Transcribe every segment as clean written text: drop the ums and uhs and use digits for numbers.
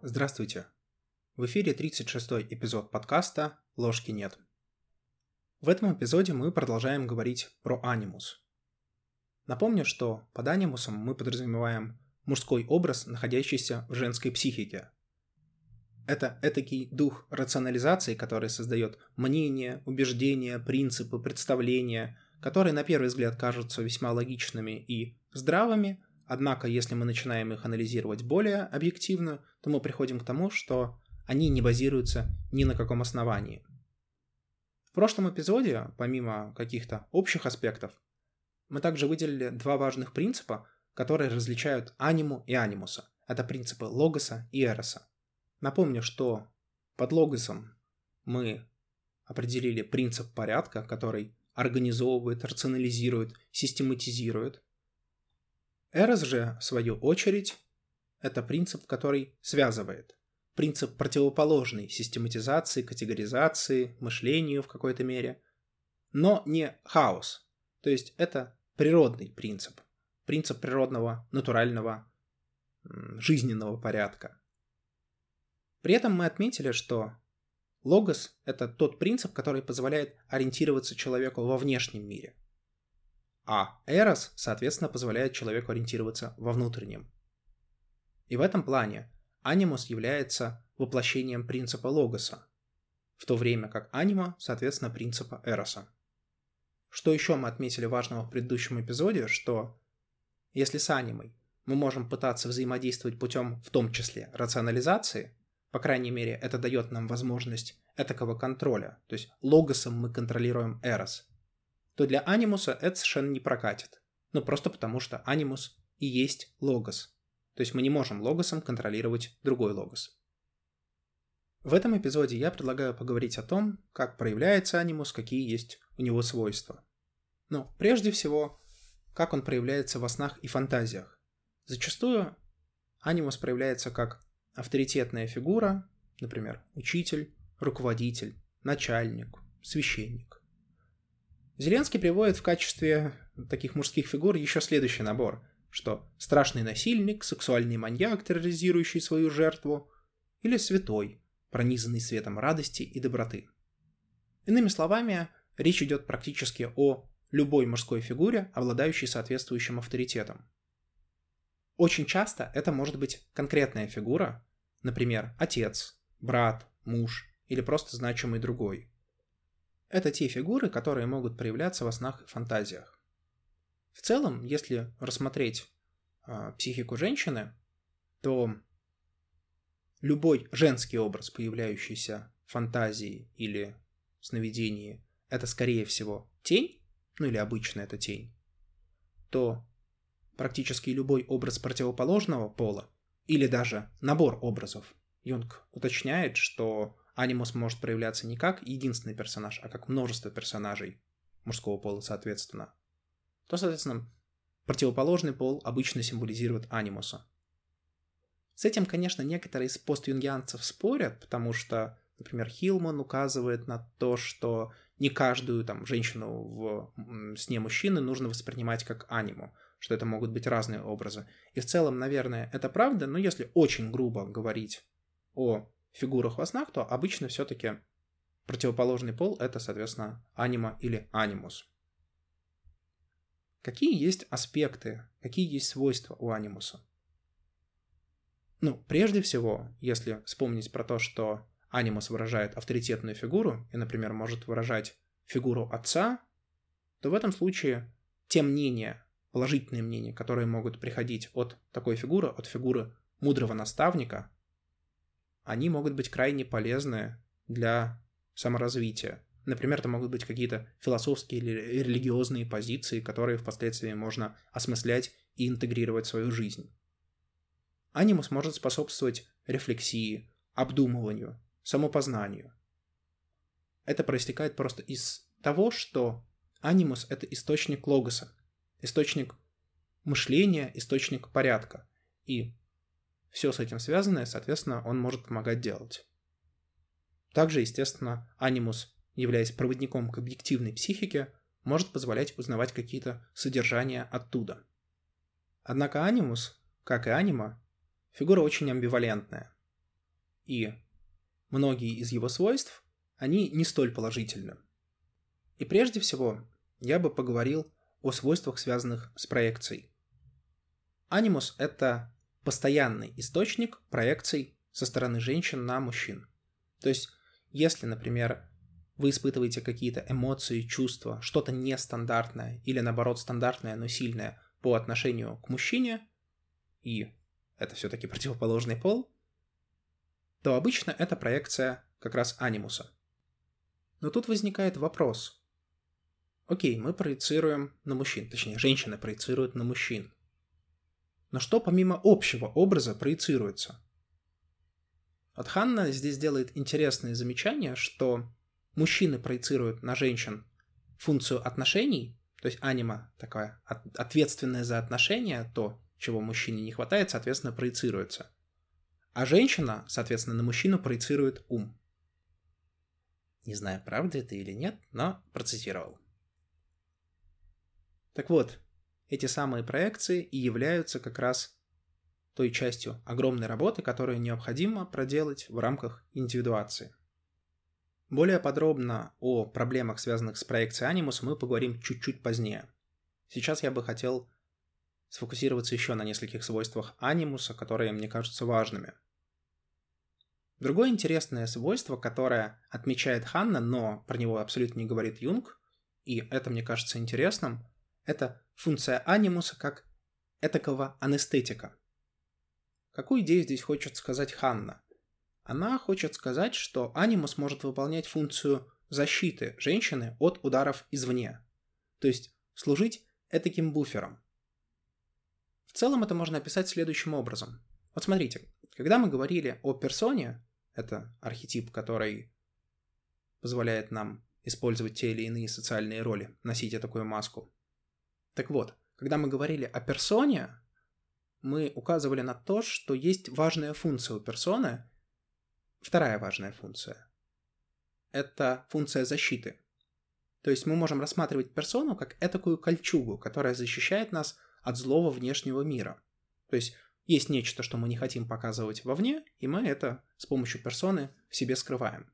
Здравствуйте! В эфире 36-й эпизод подкаста «Ложки нет». В этом эпизоде мы продолжаем говорить про анимус. Напомню, что под анимусом мы подразумеваем мужской образ, находящийся в женской психике. Это этакий дух рационализации, который создает мнения, убеждения, принципы, представления, которые на первый взгляд кажутся весьма логичными и здравыми, однако если мы начинаем их анализировать более объективно, то мы приходим к тому, что они не базируются ни на каком основании. В прошлом эпизоде, помимо каких-то общих аспектов, мы также выделили два важных принципа, которые различают аниму и анимуса. Это принципы логоса и эроса. Напомню, что под логосом мы определили принцип порядка, который организовывает, рационализирует, систематизирует. Эрос же, в свою очередь, это принцип, который связывает. Принцип противоположный систематизации, категоризации, мышлению в какой-то мере, но не хаос. То есть это природный принцип. Принцип природного, натурального, жизненного порядка. При этом мы отметили, что логос – это тот принцип, который позволяет ориентироваться человеку во внешнем мире. А эрос, соответственно, позволяет человеку ориентироваться во внутреннем. И в этом плане анимус является воплощением принципа логоса, в то время как анима, соответственно, принципа эроса. Что еще мы отметили важного в предыдущем эпизоде, что если с анимой мы можем пытаться взаимодействовать путем, в том числе, рационализации, по крайней мере, это дает нам возможность этакого контроля, то есть логосом мы контролируем эрос, то для анимуса это совершенно не прокатит. Ну, просто потому что анимус и есть логос. То есть мы не можем логосом контролировать другой логос. В этом эпизоде я предлагаю поговорить о том, как проявляется анимус, какие есть у него свойства. Но прежде всего, как он проявляется во снах и фантазиях. Зачастую анимус проявляется как авторитетная фигура, например, учитель, руководитель, начальник, священник. Зеленский приводит в качестве таких мужских фигур еще следующий набор, что страшный насильник, сексуальный маньяк, терроризирующий свою жертву, или святой, пронизанный светом радости и доброты. Иными словами, речь идет практически о любой мужской фигуре, обладающей соответствующим авторитетом. Очень часто это может быть конкретная фигура, например, отец, брат, муж или просто значимый другой. Это те фигуры, которые могут проявляться во снах и фантазиях. В целом, если рассмотреть психику женщины, то любой женский образ, появляющийся в фантазии или сновидении, это скорее всего тень, ну или обычно это тень, то практически любой образ противоположного пола или даже набор образов, Юнг уточняет, что анимус может проявляться не как единственный персонаж, а как множество персонажей мужского пола, соответственно, то, соответственно, противоположный пол обычно символизирует анимуса. С этим, конечно, некоторые из постюнгианцев спорят, потому что, например, Хиллман указывает на то, что не каждую женщину в сне мужчины нужно воспринимать как аниму, что это могут быть разные образы. И в целом, наверное, это правда, но если очень грубо говорить о фигурах во снах, то обычно все-таки противоположный пол – это, соответственно, анима или анимус. Какие есть аспекты, какие есть свойства у анимуса? Прежде всего, если вспомнить про то, что анимус выражает авторитетную фигуру и, например, может выражать фигуру отца, то в этом случае те мнения, положительные мнения, которые могут приходить от такой фигуры, от фигуры мудрого наставника, они могут быть крайне полезны для саморазвития. Например, это могут быть какие-то философские или религиозные позиции, которые впоследствии можно осмыслять и интегрировать в свою жизнь. Анимус может способствовать рефлексии, обдумыванию, самопознанию. Это проистекает просто из того, что анимус – это источник логоса, источник мышления, источник порядка. И все с этим связанное, соответственно, он может помогать делать. Также, естественно, анимус, являясь проводником к объективной психике, может позволять узнавать какие-то содержания оттуда. Однако анимус, как и анима, фигура очень амбивалентная. и многие из его свойств, они не столь положительны. И прежде всего я бы поговорил о свойствах, связанных с проекцией. Анимус — это постоянный источник проекций со стороны женщин на мужчин. То есть, если, например, вы испытываете какие-то эмоции, чувства, что-то нестандартное или, наоборот, стандартное, но сильное по отношению к мужчине, и это все-таки противоположный пол, то обычно это проекция как раз анимуса. Но тут возникает вопрос. Окей, мы проецируем на мужчин, точнее, женщины проецируют на мужчин. Но что помимо общего образа проецируется? Вот Ханна здесь делает интересное замечание, что мужчины проецируют на женщин функцию отношений, то есть анима такая ответственная за отношения, то, чего мужчине не хватает, соответственно, проецируется. А женщина, соответственно, на мужчину проецирует ум. Не знаю, правда это или нет, но процитировал. Так вот, эти самые проекции и являются как раз той частью огромной работы, которую необходимо проделать в рамках индивидуации. Более подробно о проблемах, связанных с проекцией анимуса, мы поговорим чуть-чуть позднее. Сейчас я бы хотел сфокусироваться еще на нескольких свойствах анимуса, которые мне кажутся важными. Другое интересное свойство, которое отмечает Ханна, но про него абсолютно не говорит Юнг, и это мне кажется интересным, это функция анимуса как этакого анестетика. Какую идею здесь хочет сказать Ханна? Она хочет сказать, что анимус может выполнять функцию защиты женщины от ударов извне, то есть служить этаким буфером. В целом это можно описать следующим образом. Вот смотрите, когда мы говорили о персоне, это архетип, который позволяет нам использовать те или иные социальные роли, носить такую маску. Так вот, когда мы говорили о персоне, мы указывали на то, что есть важная функция у персоны, вторая важная функция. Это функция защиты. То есть мы можем рассматривать персону как этакую кольчугу, которая защищает нас от злого внешнего мира. То есть есть нечто, что мы не хотим показывать вовне, и мы это с помощью персоны в себе скрываем.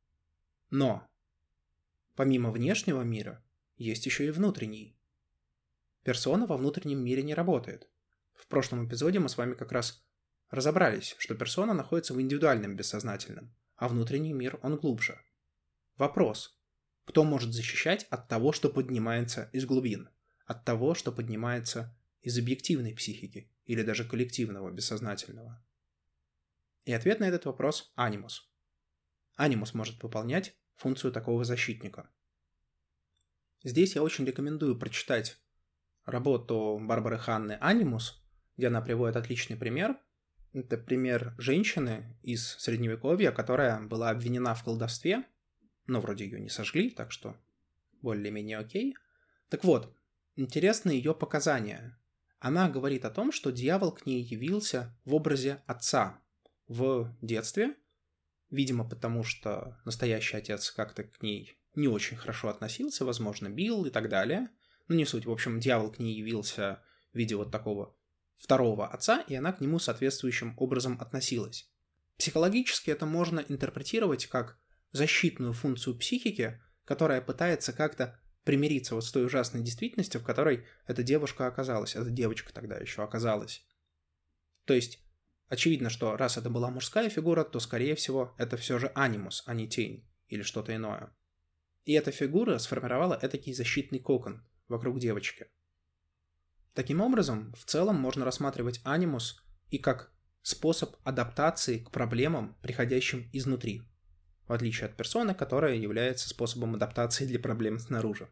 Но помимо внешнего мира есть еще и внутренний. Персона во внутреннем мире не работает. В прошлом эпизоде мы с вами как раз разобрались, что персона находится в индивидуальном бессознательном, а внутренний мир он глубже. Вопрос. Кто может защищать от того, что поднимается из глубин? От того, что поднимается из объективной психики или даже коллективного бессознательного? И ответ на этот вопрос – анимус. Анимус может выполнять функцию такого защитника. Здесь я очень рекомендую прочитать работу Барбары Ханны «Анимус», где она приводит отличный пример. Это пример женщины из Средневековья, которая была обвинена в колдовстве, но вроде ее не сожгли, так что более-менее окей. Так вот, интересны ее показания. Она говорит о том, что дьявол к ней явился в образе отца в детстве, видимо, потому что настоящий отец как-то к ней не очень хорошо относился, возможно, бил и так далее. Ну, не суть. В общем, дьявол к ней явился в виде вот такого второго отца, и она к нему соответствующим образом относилась. Психологически это можно интерпретировать как защитную функцию психики, которая пытается как-то примириться вот с той ужасной действительностью, в которой эта девушка оказалась, эта девочка тогда еще оказалась. То есть, очевидно, что раз это была мужская фигура, то, скорее всего, это все же анимус, а не тень или что-то иное. И эта фигура сформировала этакий защитный кокон вокруг девочки. Таким образом, в целом можно рассматривать анимус и как способ адаптации к проблемам, приходящим изнутри, в отличие от персоны, которая является способом адаптации для проблем снаружи.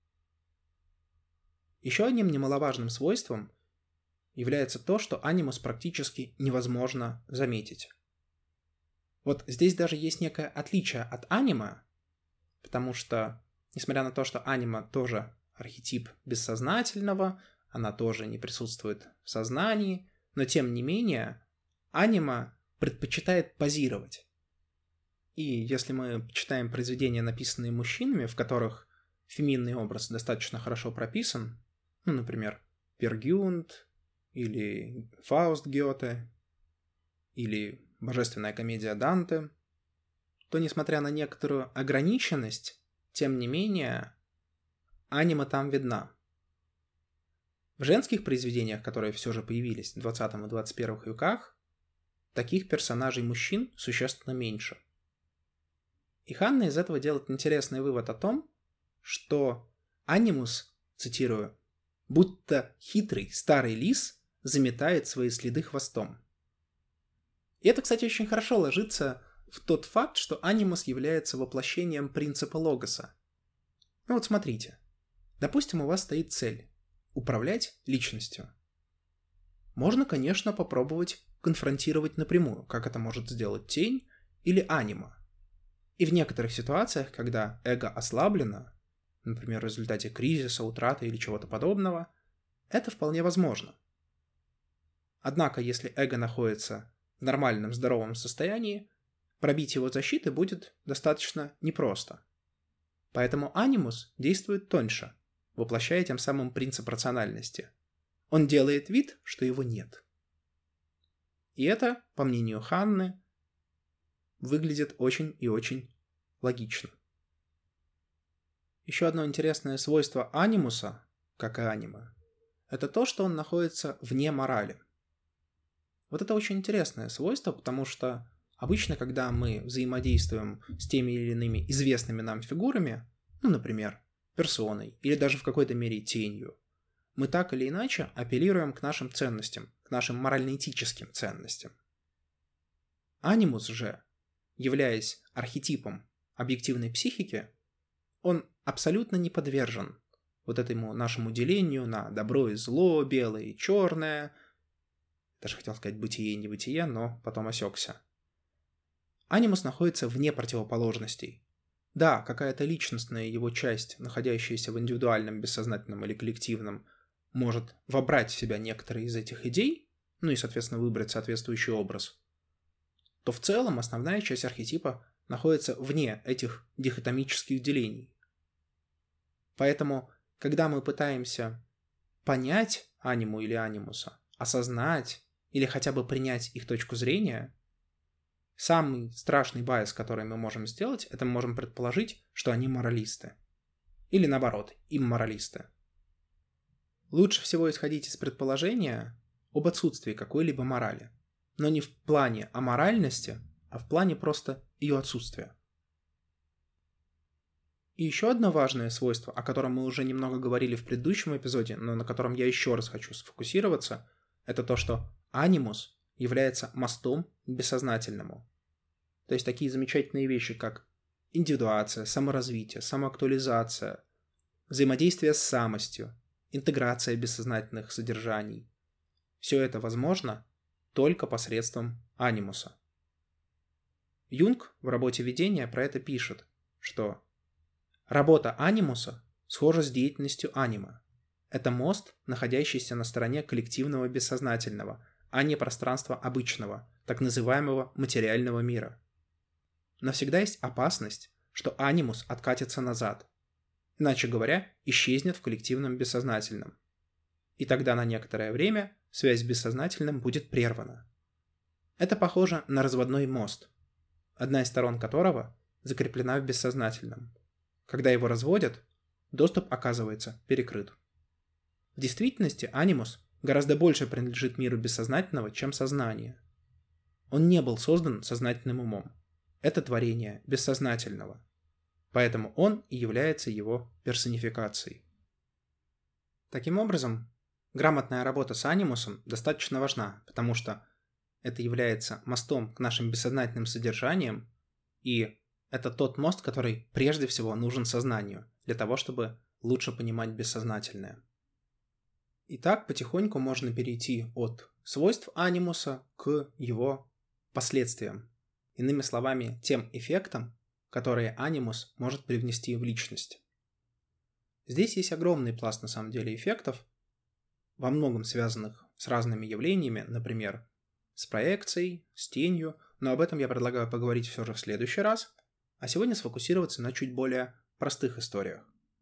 Еще одним немаловажным свойством является то, что анимус практически невозможно заметить. Вот здесь даже есть некое отличие от анима, потому что, несмотря на то, что анима тоже архетип бессознательного, она тоже не присутствует в сознании, но тем не менее анима предпочитает позировать. И если мы читаем произведения, написанные мужчинами, в которых феминный образ достаточно хорошо прописан, ну, например, Пер Гюнт, или Фауст Гёте, или божественная комедия Данте, то, несмотря на некоторую ограниченность, тем не менее, аниме там видна. В женских произведениях, которые все же появились в 20 и 21 веках, таких персонажей мужчин существенно меньше. И Ханна из этого делает интересный вывод о том, что анимус, цитирую, будто хитрый старый лис заметает свои следы хвостом. И это, кстати, очень хорошо ложится в тот факт, что анимус является воплощением принципа логоса. Ну вот смотрите. Допустим, у вас стоит цель – управлять личностью. Можно, конечно, попробовать конфронтировать напрямую, как это может сделать тень или анима. И в некоторых ситуациях, когда эго ослаблено, например, в результате кризиса, утраты или чего-то подобного, это вполне возможно. Однако, если эго находится в нормальном, здоровом состоянии, пробить его защиты будет достаточно непросто. Поэтому анимус действует тоньше, воплощая тем самым принцип рациональности. Он делает вид, что его нет. И это, по мнению Ханны, выглядит очень и очень логично. Еще одно интересное свойство анимуса, как и аниме, это то, что он находится вне морали. Вот это очень интересное свойство, потому что обычно, когда мы взаимодействуем с теми или иными известными нам фигурами, ну, например, персоной или даже в какой-то мере тенью, мы так или иначе апеллируем к нашим ценностям, к нашим морально-этическим ценностям. Анимус же, являясь архетипом объективной психики, он абсолютно не подвержен вот этому нашему делению на добро и зло, белое и черное. Даже хотел сказать бытие и небытие, но потом осекся. Анимус находится вне противоположностей. Да, какая-то личностная его часть, находящаяся в индивидуальном, бессознательном или коллективном, может вобрать в себя некоторые из этих идей, ну и, соответственно, выбрать соответствующий образ, то в целом основная часть архетипа находится вне этих дихотомических делений. Поэтому, когда мы пытаемся понять аниму или анимуса, осознать или хотя бы принять их точку зрения, самый страшный байс, который мы можем сделать, это мы можем предположить, что они моралисты. Или наоборот, имморалисты. Лучше всего исходить из предположения об отсутствии какой-либо морали. Но не в плане аморальности, а в плане просто ее отсутствия. И еще одно важное свойство, о котором мы уже немного говорили в предыдущем эпизоде, но на котором я еще раз хочу сфокусироваться, это то, что анимус является мостом к бессознательному. То есть такие замечательные вещи, как индивидуация, саморазвитие, самоактуализация, взаимодействие с самостью, интеграция бессознательных содержаний. Все это возможно только посредством анимуса. Юнг в работе «Видение» про это пишет, что работа анимуса схожа с деятельностью анима. Это мост, находящийся на стороне коллективного бессознательного, а не пространства обычного, так называемого материального мира. Но всегда есть опасность, что анимус откатится назад, иначе говоря, исчезнет в коллективном бессознательном. И тогда на некоторое время связь с бессознательным будет прервана. Это похоже на разводной мост, одна из сторон которого закреплена в бессознательном. Когда его разводят, доступ оказывается перекрыт. В действительности анимус гораздо больше принадлежит миру бессознательного, чем сознание. Он не был создан сознательным умом. Это творение бессознательного. Поэтому он и является его персонификацией. Таким образом, грамотная работа с анимусом достаточно важна, потому что это является мостом к нашим бессознательным содержаниям, и это тот мост, который прежде всего нужен сознанию, для того, чтобы лучше понимать бессознательное. И так потихоньку можно перейти от свойств анимуса к его последствиям. Иными словами, тем эффектам, которые анимус может привнести в личность. Здесь есть огромный пласт, на самом деле, эффектов, во многом связанных с разными явлениями, например, с проекцией, с тенью, но об этом я предлагаю поговорить все же в следующий раз, а сегодня сфокусироваться на чуть более простых историях.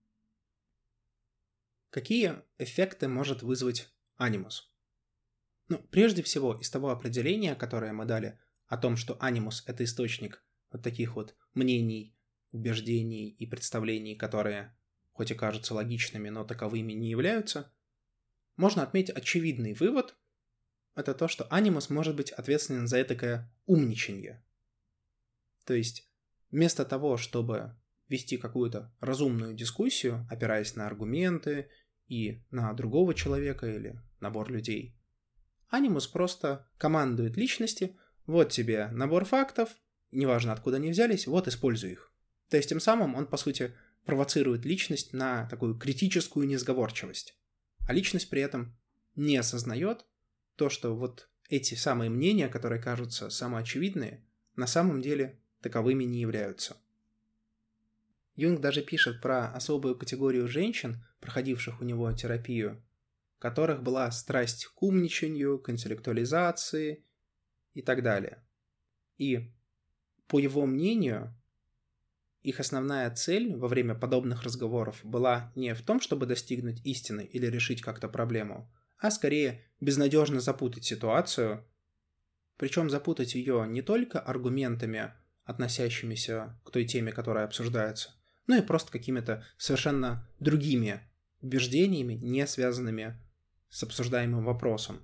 Какие эффекты может вызвать анимус? Прежде всего, из того определения, которое мы дали о том, что анимус — это источник вот таких вот мнений, убеждений и представлений, которые хоть и кажутся логичными, но таковыми не являются, можно отметить очевидный вывод — это то, что анимус может быть ответственен за этакое умничанье. То есть вместо того, чтобы вести какую-то разумную дискуссию, опираясь на аргументы и на другого человека или набор людей, анимус просто командует личности: вот тебе набор фактов, неважно откуда они взялись, вот используй их. То есть тем самым он, по сути, провоцирует личность на такую критическую несговорчивость. А личность при этом не осознает то, что вот эти самые мнения, которые кажутся самоочевидные, на самом деле таковыми не являются. Юнг даже пишет про особую категорию женщин, проходивших у него терапию, у которых была страсть к умничанию, к интеллектуализации и так далее. И, по его мнению, их основная цель во время подобных разговоров была не в том, чтобы достигнуть истины или решить как-то проблему, а скорее безнадежно запутать ситуацию, причем запутать ее не только аргументами, относящимися к той теме, которая обсуждается, но и просто какими-то совершенно другими убеждениями, не связанными с обсуждаемым вопросом.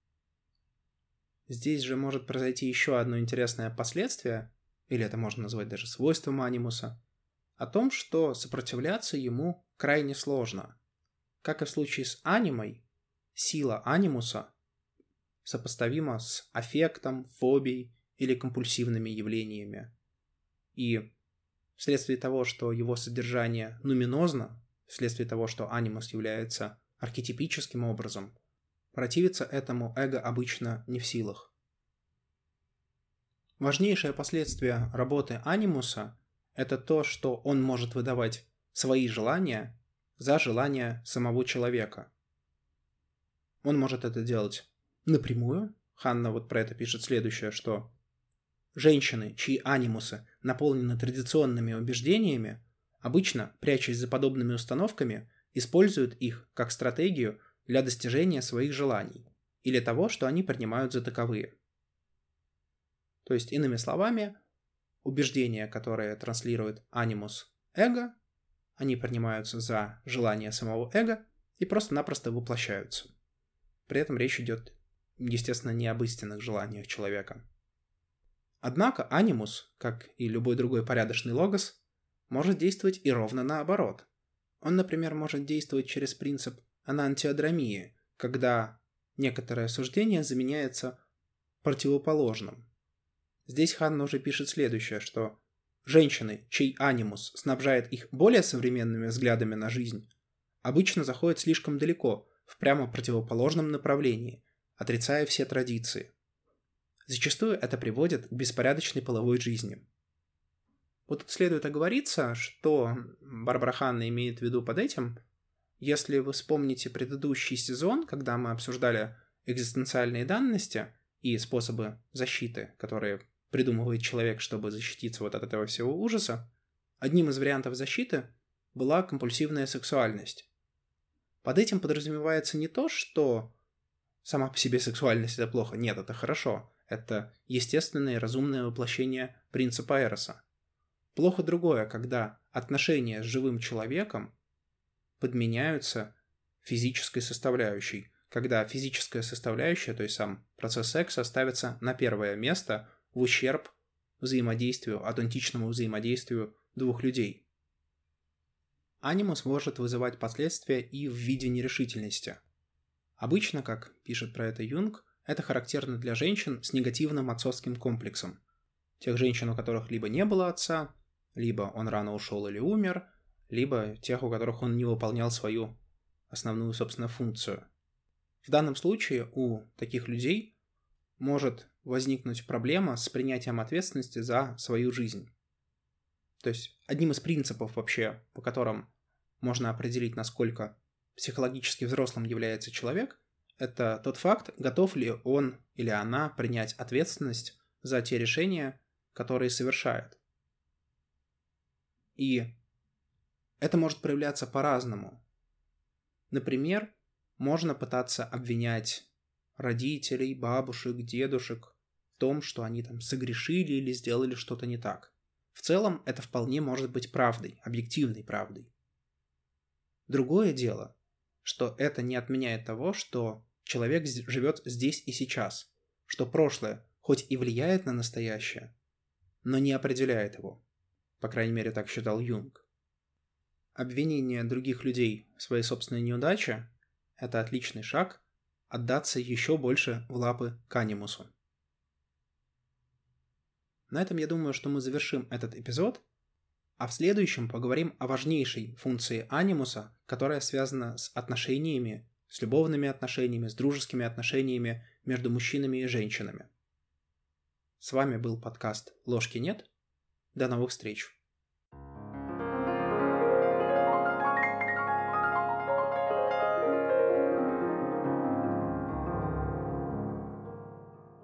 Здесь же может произойти еще одно интересное последствие, или это можно назвать даже свойством анимуса, о том, что сопротивляться ему крайне сложно. Как и в случае с анимой, сила анимуса сопоставима с аффектом, фобией или компульсивными явлениями. И вследствие того, что его содержание нуминозно, вследствие того, что анимус является архетипическим образом, противиться этому эго обычно не в силах. Важнейшее последствие работы анимуса – это то, что он может выдавать свои желания за желания самого человека. Он может это делать напрямую. Ханна вот про это пишет следующее, что женщины, чьи анимусы наполнены традиционными убеждениями, обычно, прячась за подобными установками, используют их как стратегию для достижения своих желаний или того, что они принимают за таковые. То есть, иными словами, убеждения, которые транслирует анимус эго, они принимаются за желание самого эго и просто-напросто воплощаются. При этом речь идет, естественно, не об истинных желаниях человека. Однако анимус, как и любой другой порядочный логос, может действовать и ровно наоборот. Он, например, может действовать через принцип анантиодромии, когда некоторое суждение заменяется противоположным. Здесь Ханна уже пишет следующее, что женщины, чей анимус снабжает их более современными взглядами на жизнь, обычно заходят слишком далеко, в прямо противоположном направлении, отрицая все традиции. Зачастую это приводит к беспорядочной половой жизни. Вот тут следует оговориться, что Барбара Ханна имеет в виду под этим. Если вы вспомните предыдущий сезон, когда мы обсуждали экзистенциальные данности и способы защиты, которые придумывает человек, чтобы защититься вот от этого всего ужаса, одним из вариантов защиты была компульсивная сексуальность. Под этим подразумевается не то, что сама по себе сексуальность – это плохо. Нет, это хорошо. Это естественное и разумное воплощение принципа Эроса. Плохо другое, когда отношения с живым человеком подменяются физической составляющей, когда физическая составляющая, то есть сам процесс секса, ставится на первое место в ущерб взаимодействию, аутентичному взаимодействию двух людей. Анимус может вызывать последствия и в виде нерешительности. Обычно, как пишет про это Юнг, это характерно для женщин с негативным отцовским комплексом. Тех женщин, у которых либо не было отца, либо он рано ушел или умер, либо тех, у которых он не выполнял свою основную, собственно, функцию. В данном случае у таких людей может возникнуть проблема с принятием ответственности за свою жизнь. То есть одним из принципов вообще, по которым можно определить, насколько психологически взрослым является человек, это тот факт, готов ли он или она принять ответственность за те решения, которые совершает. И это может проявляться по-разному. Например, можно пытаться обвинять родителей, бабушек, дедушек том, что они там согрешили или сделали что-то не так. В целом это вполне может быть правдой, объективной правдой. Другое дело, что это не отменяет того, что человек живет здесь и сейчас, что прошлое хоть и влияет на настоящее, но не определяет его. По крайней мере, так считал Юнг. Обвинение других людей в своей собственной неудаче – это отличный шаг отдаться еще больше в лапы к анимусу. На этом я думаю, что мы завершим этот эпизод, а в следующем поговорим о важнейшей функции анимуса, которая связана с отношениями, с любовными отношениями, с дружескими отношениями между мужчинами и женщинами. С вами был подкаст «Ложки нет». До новых встреч!